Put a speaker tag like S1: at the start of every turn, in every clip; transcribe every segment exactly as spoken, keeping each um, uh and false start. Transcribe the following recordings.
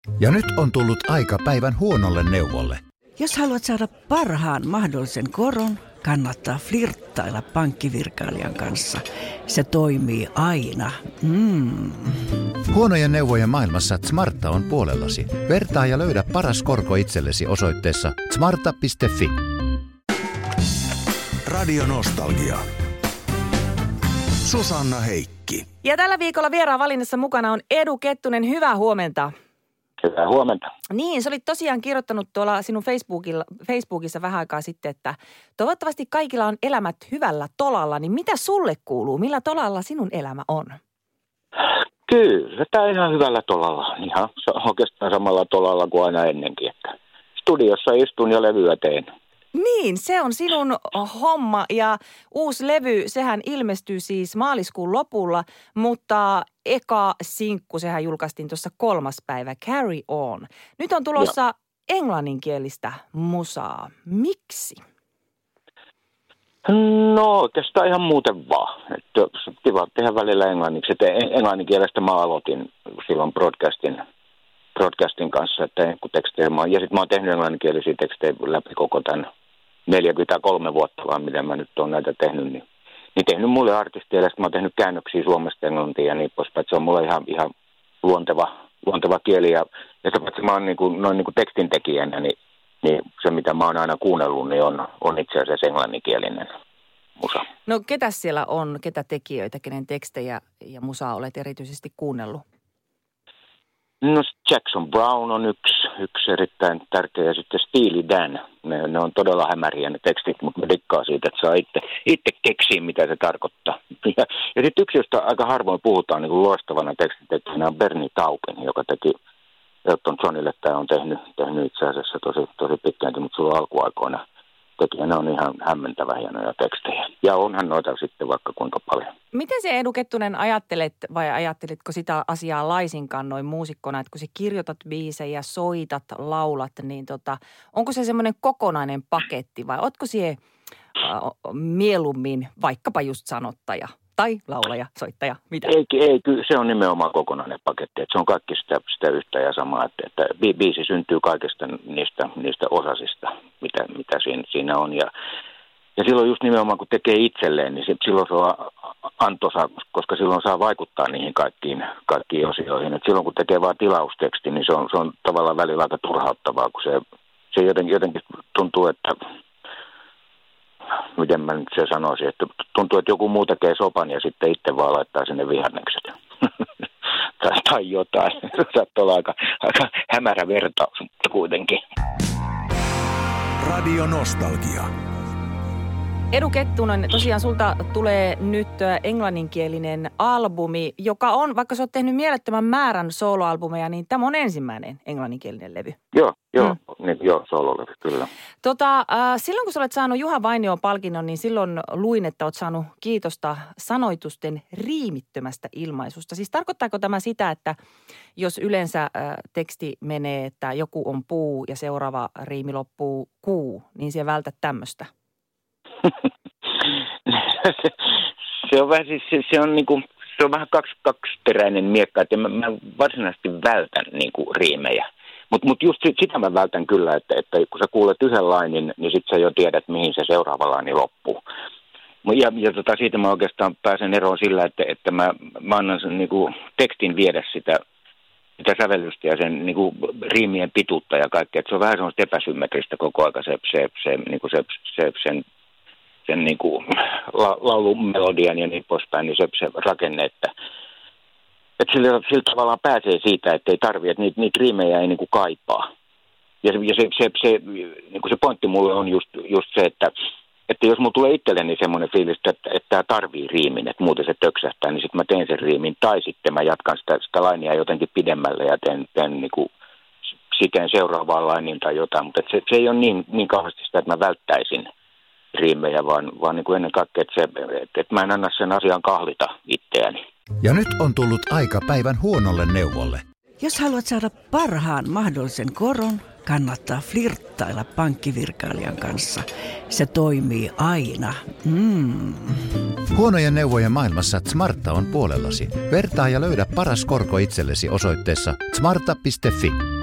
S1: Ja nyt on tullut aika päivän huonolle neuvolle.
S2: Jos haluat saada parhaan mahdollisen koron, kannattaa flirttailla pankkivirkailijan kanssa. Se toimii aina. Mm.
S1: Huonojen neuvojen maailmassa Smarta on puolellasi. Vertaa ja löydä paras korko itsellesi osoitteessa smarta piste fi.
S3: Radio Nostalgia. Susanna Heikki.
S4: Ja tällä viikolla vieraan valinnassa mukana on Edu Kettunen. Hyvää huomenta.
S5: Hyvää huomenta.
S4: Niin, sä olit tosiaan kirjoittanut tuolla sinun Facebookilla, Facebookissa vähän aikaa sitten, että toivottavasti kaikilla on elämät hyvällä tolalla. Niin mitä sulle kuuluu? Millä tolalla sinun elämä on?
S5: Kyllä, tämä on ihan hyvällä tolalla. Ihan oikeastaan samalla tolalla kuin aina ennenkin. Että studiossa istun ja levyä teen.
S4: Niin, se on sinun homma ja uusi levy, sehän ilmestyy siis maaliskuun lopulla, mutta eka sinkku, sehän julkaistiin tuossa kolmas päivä, Carry On. Nyt on tulossa ja englanninkielistä musaa. Miksi?
S5: No oikeastaan ihan muuten vaan. Että kiva tehdä välillä englanniksi. Että englanninkielestä mä aloitin silloin broadcastin, broadcastin kanssa, että kun tekstejä mä oon. Ja sitten mä oon tehnyt englanninkielisiä tekstejä läpi koko tämän neljäkymmentäkolme vuotta vaan, miten mä nyt oon näitä tehnyt, niin, niin tehnyt mulle artisteille, mä oon tehnyt käännöksiä Suomesta englantiin ja niin poispäin, se on mulle ihan, ihan luonteva, luonteva kieli, ja, ja se, että mä oon niin kuin, noin niin kuin tekstintekijänä, niin, niin se mitä mä oon aina kuunnellut, niin on, on itse asiassa englanninkielinen musa.
S4: No ketäs siellä on, ketä tekijöitä, kenen tekstejä ja musaa olet erityisesti kuunnellut?
S5: No Jackson Browne on yksi, yksi erittäin tärkeä ja sitten Steely Dan. Ne, ne on todella hämäriä ne tekstit, mutta mä dikkaan siitä, että saa itse, itse keksiä, mitä se tarkoittaa. Ja, ja sitten yksi, josta aika harvoin puhutaan niin kuin loistavana tekstitekijänä on Bernie Taupin, joka teki Elton Johnille. Tämä on tehnyt, tehnyt itse asiassa tosi, tosi pitkäänkin, mutta sulla alkuaikoina tekijänä on ihan hämmentävä hienoja tekstejä. Ja onhan noita sitten vaikka kuinka paljon.
S4: Miten se Edu Kettunen ajattelet vai ajattelitko sitä asiaa laisinkaan noin muusikkona, että kun sä kirjoitat biisejä, soitat, laulat, niin tota, onko se semmoinen kokonainen paketti vai ootko siihen äh, mieluummin vaikkapa just sanottaja tai laulaja, soittaja, mitä?
S5: Ei, ei kyllä se on nimenomaan kokonainen paketti, että se on kaikki sitä, sitä yhtä ja samaa, että, että biisi syntyy kaikista niistä, niistä osasista, mitä, mitä siinä, siinä on ja Ja silloin just nimenomaan, kun tekee itselleen, niin silloin se on antoisa, koska silloin saa vaikuttaa niihin kaikkiin, kaikkiin osioihin. Et silloin kun tekee vain tilausteksti, niin se on, se on tavallaan välillä aika turhauttavaa, kun se, se jotenkin, jotenkin tuntuu, että, miten mä nyt se sanoisin, että tuntuu, että joku muu tekee sopan ja sitten itse vaan laittaa sinne vihannekset. tai, tai jotain. Se saattaa olla aika, aika hämärä vertaus, mutta kuitenkin.
S3: Radio Nostalgia.
S4: Edu Kettunen, tosiaan sulta tulee nyt englanninkielinen albumi, joka on, vaikka sä oot tehnyt mielettömän määrän soloalbumeja, niin tämä on ensimmäinen englanninkielinen levy.
S5: Joo, joo, mm. niin, joo, sololevy, kyllä.
S4: Tota, äh, silloin kun sä olet saanut Juha Vainion palkinnon, niin silloin luin, että oot saanut kiitosta sanoitusten riimittömästä ilmaisusta. Siis tarkoittaako tämä sitä, että jos yleensä äh, teksti menee, että joku on puu ja seuraava riimi loppuu kuu, niin siellä vältät tämmöistä?
S5: se, se on vähän siis, se, se on niinku, se on vähän kaksi, kaksiteräinen miekka, että mä, mä varsinaisesti vältän niinku riimejä. Mutta mut just sitä mä vältän kyllä, että, että kun sä kuulet yhden lainin, niin sit sä jo tiedät, mihin se seuraava laini loppuu. Ja, ja tota, siitä mä oikeastaan pääsen eroon sillä, että, että mä, mä annan sen niinku tekstin viedä sitä, sitä sävellystä ja sen niinku riimien pituutta ja kaikkea. Et se on vähän semmoista epäsymmetristä koko aika se, se, se, niinku se, se sen... sen niin kuin la, laulumelodian ja niin poispäin, niin se, se rakenne, että, että sillä, sillä tavallaan pääsee siitä, että ei tarvitse, että niitä, niitä riimejä ei niin kuin kaipaa. Ja, ja se, se, se, niin kuin se pointti mulle on just, just se, että, että jos mulla tulee itselleni semmoinen fiilis, että, että tämä tarvii riimin, että muuten se töksähtää, niin sitten mä teen sen riimin, tai sitten mä jatkan sitä, sitä lainia jotenkin pidemmälle ja teen, teen niin kuin siten seuraavaan lainiin tai jotain, mutta se, se ei ole niin, niin kauheasti sitä, että mä välttäisin riimejä, vaan, vaan niin kuin ennen kaikkea, että, se, että, että mä en anna sen asian kahlita itseäni.
S1: Ja nyt on tullut aika päivän huonolle neuvolle.
S2: Jos haluat saada parhaan mahdollisen koron, kannattaa flirttailla pankkivirkailijan kanssa. Se toimii aina. Mm.
S1: Huonojen neuvojen maailmassa Smarta on puolellasi. Vertaa ja löydä paras korko itsellesi osoitteessa smarta piste fi.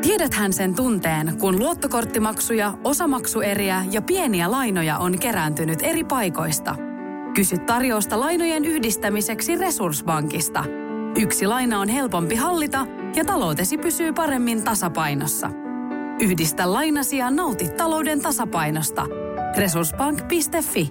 S6: Tiedäthän sen tunteen, kun luottokorttimaksuja, osamaksueriä ja pieniä lainoja on kerääntynyt eri paikoista. Kysy tarjousta lainojen yhdistämiseksi Resurssbankista. Yksi laina on helpompi hallita ja taloutesi pysyy paremmin tasapainossa. Yhdistä lainasi ja nauti talouden tasapainosta. Resurssbank piste fi.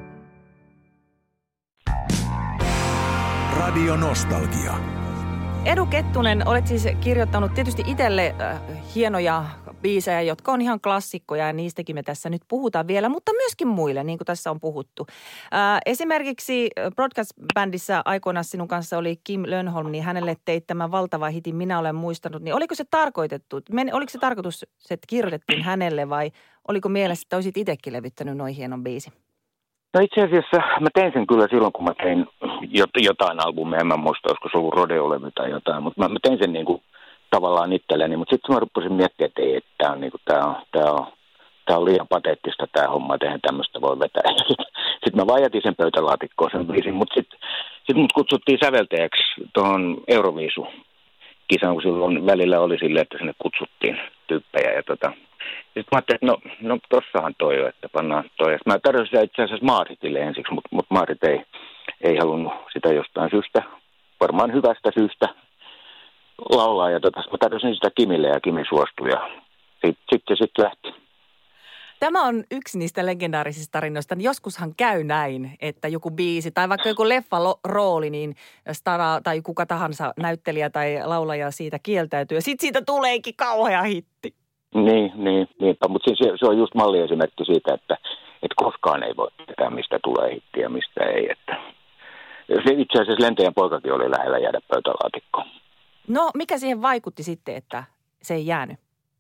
S3: Radio Nostalgia.
S4: Edu Kettunen, olet siis kirjoittanut tietysti itselle äh, hienoja biisejä, jotka on ihan klassikkoja ja niistäkin me tässä nyt puhutaan vielä, mutta myöskin muille, niin kuin tässä on puhuttu. Äh, esimerkiksi Broadcast-bändissä aikoinaan sinun kanssa oli Kim Lönnholm, niin hänelle teit tämän valtava hitin Minä olen muistanut. Niin oliko se tarkoitettu, men, oliko se tarkoitus, että kirjoitettiin hänelle vai oliko mielessä, että olisit itsekin levyttänyt noin hienon biisin?
S5: No itse asiassa mä tein sen kyllä silloin, kun mä tein jotain albumia, en mä muista, olisiko se ollut Rodeo-levy tai jotain, mutta mä, mä tein sen niin kuin tavallaan itselleni, mutta sitten mä rupesin miettimään, että ei, että tämä on, niin kuin, tää on, tää on, tää on liian pateettista tämä homma, että eihän tämmöistä voi vetää. Sitten mä vaan jätin sen pöytälaatikkoon sen biisin, mutta sitten sit mut kutsuttiin säveltäjäksi tuohon Euroviisu-kisaan, kun silloin välillä oli silleen, että sinne kutsuttiin tyyppejä ja tota... Sitten mä ajattelin, että no, no tossahan toi jo, että pannaan toi. Mä tarjosin sitä itse asiassa Maaritille ensiksi, mutta mut Maarit ei, ei halunnut sitä jostain syystä, varmaan hyvästä syystä laulaa. Ja tota, mä tarjosin sitä Kimille ja Kimi suostui ja sitten sit se sitten lähti.
S4: Tämä on yksi niistä legendaarisista tarinoista. Joskushan käy näin, että joku biisi tai vaikka joku leffa-rooli, niin stara tai kuka tahansa näyttelijä tai laulaja siitä kieltäytyy. Ja sitten siitä tuleekin kauhea hitti.
S5: Niin, niin, niinpä, mutta se, se on just malliesimerkki siitä, että, että koskaan ei voi tietää, mistä tulee hitti ja mistä ei. Että. Se itse asiassa Lentäjän poikakin oli lähellä jäädä pöytälaatikkoon.
S4: No, mikä siihen vaikutti sitten, että se ei jäänyt?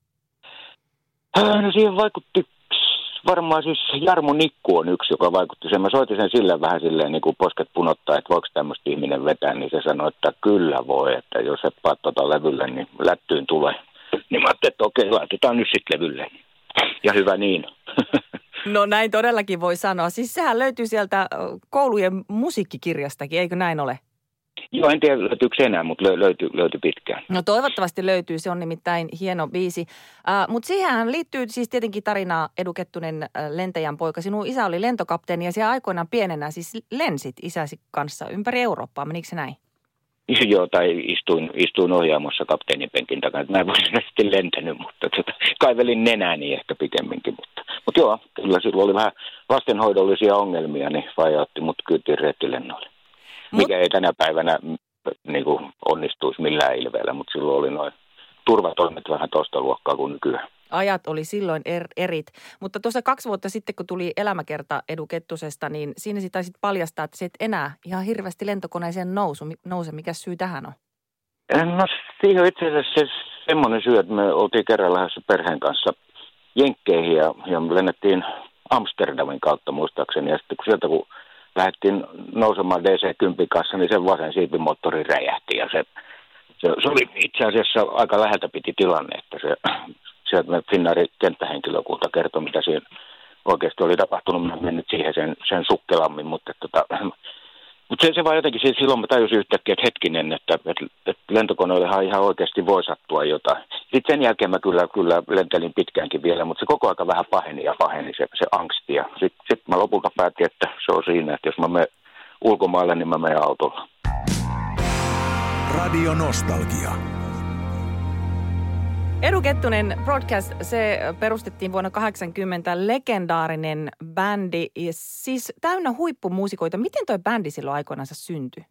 S5: No siihen vaikutti varmaan siis Jarmo Nikku on yksi, joka vaikutti sen. Mä soitin sen sille vähän silleen niin kuin posket punottaa, että voiko tämmöistä ihminen vetää, niin se sanoi, että kyllä voi, että jos et paat tota levylle, niin lättyyn tulee. Niin mä ajattelin, että okei, laitetaan nyt sitten levylle. Ja hyvä niin.
S4: No näin todellakin voi sanoa. Siis sehän löytyy sieltä koulujen musiikkikirjastakin, eikö näin ole?
S5: Joo, en tiedä löytyykö se enää, mutta löytyy, löytyy pitkään.
S4: No toivottavasti löytyy, se on nimittäin hieno biisi. Äh, mutta siihenhän liittyy siis tietenkin tarinaa Edu Kettunen, äh, Lentäjän poika. Sinun isä oli lentokapteeni ja siellä aikoinaan pienenä siis lensit isäsi kanssa ympäri Eurooppaa. Menikö se näin?
S5: Joo, tai istuin, istuin ohjaamossa kapteenin penkin takana. Mä en varsinaisesti lentänyt, mutta tota, kaivelin nenääni ehkä pikemminkin. Mutta, mutta joo, kyllä silloin oli vähän lastenhoidollisia ongelmia, niin vaija otti mut kyytiin reittilennoille. Mut... Mikä ei tänä päivänä niin kuin onnistuisi millään ilveellä, mutta silloin oli noin turvatoimet vähän toista luokkaa kuin nykyään.
S4: Ajat oli silloin er, erit, mutta tuossa kaksi vuotta sitten, kun tuli elämäkerta Edu Kettusesta, niin siinä sitä taisit paljastaa, että se et enää ihan hirveästi lentokoneeseen nousu, nouse. Mikä syy tähän on?
S5: No siihen on itse asiassa se semmoinen syy, että me oltiin kerran lähdössä perheen kanssa Jenkkeihin ja, ja lennettiin Amsterdamin kautta muistaakseni. Ja sitten kun sieltä kun lähdettiin nousemaan D C kymmenen kanssa, niin sen vasen siipimoottori räjähti ja se, se, se oli itse asiassa aika läheltä piti tilanne, että se... Sieltä Finnairin kenttähenkilökunta kertoi, mitä siinä oikeasti oli tapahtunut. Mä en mennyt siihen sen, sen sukkelammin, mutta, tota, mutta se, se vaan jotenkin, silloin mä tajusin yhtäkkiä, että hetkinen, että, että, että lentokoneillehan ihan oikeasti voi sattua jotain. Sitten sen jälkeen mä kyllä, kyllä lentelin pitkäänkin vielä, mutta se koko aika vähän paheni ja paheni se, se angsti. Ja sitten sit mä lopulta päätin, että se on siinä, että jos mä menen ulkomaille, niin mä menen autolla.
S3: Radio Nostalgia.
S4: Edu Kettunen Broadcast, se perustettiin vuonna kahdeksankymmentä, legendaarinen bändi, siis täynnä huippumuusikoita. Miten toi bändi silloin aikoinansa syntyi?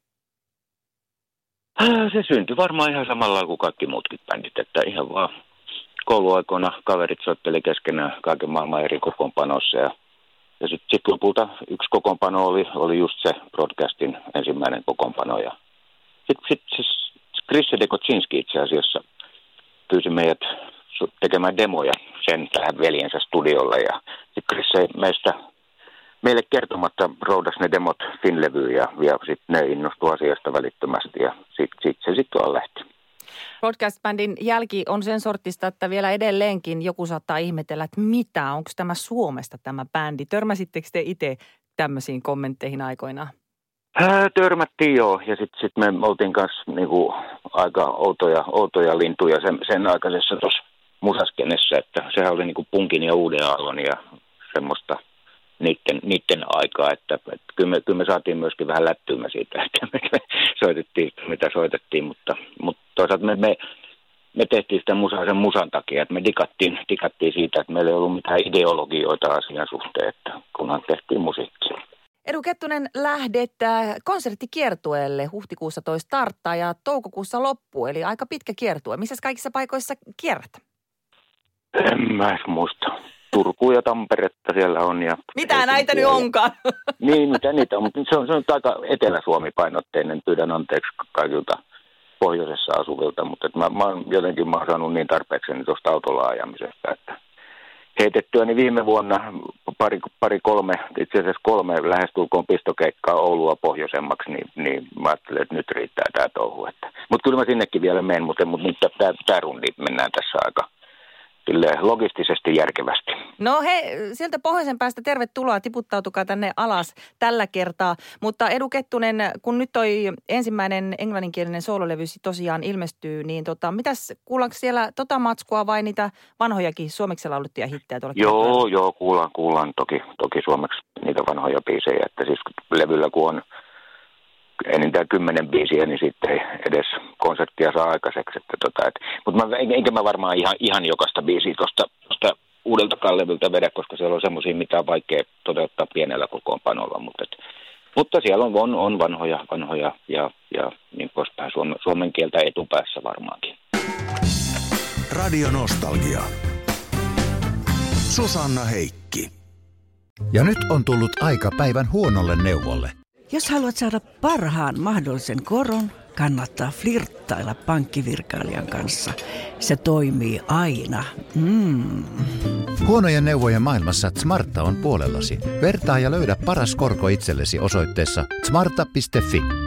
S5: Se syntyi varmaan ihan samalla kuin kaikki muutkin bändit, että ihan vaan kouluaikoina kaverit soitteli keskenään kaiken maailman eri kokoonpanoissa. Ja, ja sitten sit lopulta yksi kokoonpano oli, oli just se Broadcastin ensimmäinen kokoonpano. Ja sitten sit, siis Chris Dekocinski itse asiassa pyysi meidät tekemään demoja sen tähän veljensä studiolle ja sitten Chris meistä meille kertomatta roudasi ne demot Finlevyyn ja, ja sitten ne innostui asiasta välittömästi ja sitten sit se sitten vaan lähti.
S4: Broadcast-bändin jälki on sen sortista, että vielä edelleenkin joku saattaa ihmetellä, että mitä, onko tämä Suomesta tämä bändi? Törmäsittekö te itse tämmöisiin kommentteihin aikoinaan?
S5: Ää, törmättiin joo, ja sitten sit me oltiin kanssa niinku aika outoja, outoja lintuja sen, sen aikaisessa tuossa musaskenessä, että sehän oli niin kuin punkin ja uuden aallon ja semmoista niiden, niiden aikaa, että, että kyllä, me, kyllä me saatiin myöskin vähän lättymä siitä, että me, me soitettiin mitä soitettiin, mutta, mutta toisaalta me, me, me tehtiin sitä musaa sen musan takia, että me digattiin, digattiin siitä, että meillä ei ollut mitään ideologioita asian suhteen, että kunhan tehtiin musiikkia.
S4: Edu Kettunen, lähdet konserttikiertueelle. Huhtikuussa toi starttaa ja toukokuussa loppuu, eli aika pitkä kiertue. Missä kaikissa paikoissa kierrät?
S5: En mä edes muista. Turku ja Tamperetta siellä on. Ja
S4: mitä näitä nyt onkaan?
S5: Niin, mitä niitä on, mutta se on, se on aika Etelä-Suomi-painotteinen. Pyydän anteeksi kaikilta pohjoisessa asuvilta, mutta että mä, mä oon, jotenkin mä oon saanut niin tarpeekseni tuosta autolla ajamisesta, että heitettyäni viime vuonna pari, pari kolme, itse asiassa kolme lähestulkoon pistokeikkaa Oulua pohjoisemmaksi, niin, niin mä ajattelin, että nyt riittää tämä touhu. Mutta kyllä mä sinnekin vielä menen, mutta, mutta nyt tämä rundi mennään tässä aika logistisesti järkevästi.
S4: No hei, sieltä pohjoisen päästä tervetuloa, tiputtautukaa tänne alas tällä kertaa. Mutta Edu Kettunen, kun nyt toi ensimmäinen englanninkielinen soololevy tosiaan ilmestyy, niin tota, mitäs, kuullaanko siellä tota matskua vai niitä vanhojakin suomeksi laulittuja hittejä tuolla?
S5: Joo,
S4: kertaa?
S5: joo, kuullaan, kuullaan toki, toki suomeksi niitä vanhoja biisejä, että siis levyllä kun on enintään kymmenen biisiä, niin sitten ei edes konserttia saa aikaiseksi. Että tota, et, mutta mä, enkä mä varmaan ihan, ihan jokaista biisiä tuosta uudeltakaan levyltä vedä, koska siellä on semmoisia, mitä on vaikea toteuttaa pienellä kokoonpanolla. Mutta, et, mutta siellä on, on, on vanhoja, vanhoja ja, ja niin poispäin suomen, suomen kieltä etupäässä varmaankin.
S3: Radio Nostalgia. Susanna Heikki.
S1: Ja nyt on tullut aika päivän huonolle neuvolle.
S2: Jos haluat saada parhaan mahdollisen koron, kannattaa flirttailla pankkivirkailijan kanssa. Se toimii aina. Mm.
S1: Huonojen neuvojen maailmassa Smarta on puolellasi. Vertaa ja löydä paras korko itsellesi osoitteessa smarta piste fi.